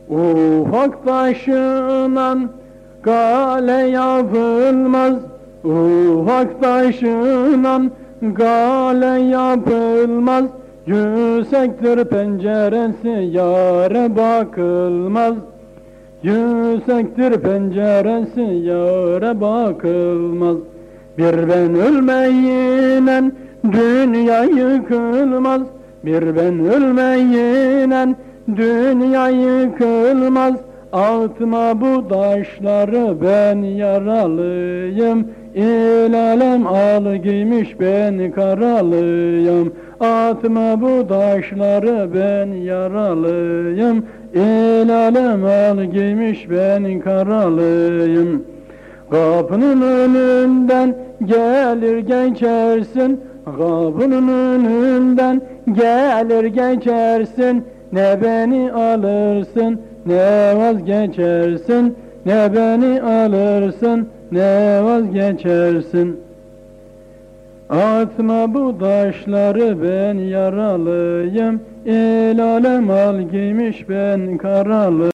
Ufak taşınan kale yapılmaz, ufak taşınan kale yapılmaz. Yüksektir penceresi yâre bakılmaz, yüksektir penceresi yâre bakılmaz. Bir ben ölmeyinen dünya yıkılmaz, bir ben ölmeyinen dünya yıkılmaz. Atma bu taşları ben yaralıyım, İl alem al giymiş ben karalıyım. Atma bu taşları ben yaralıyım, İl alem al giymiş ben karalıyım. Kapının önünden gelir geçersin, kapının önünden gelir geçersin. Ne beni alırsın ne vazgeçersin, ne beni alırsın ne vazgeçersin. Atma bu taşları ben yaralıyım, İl alem al giymiş ben karalıyım.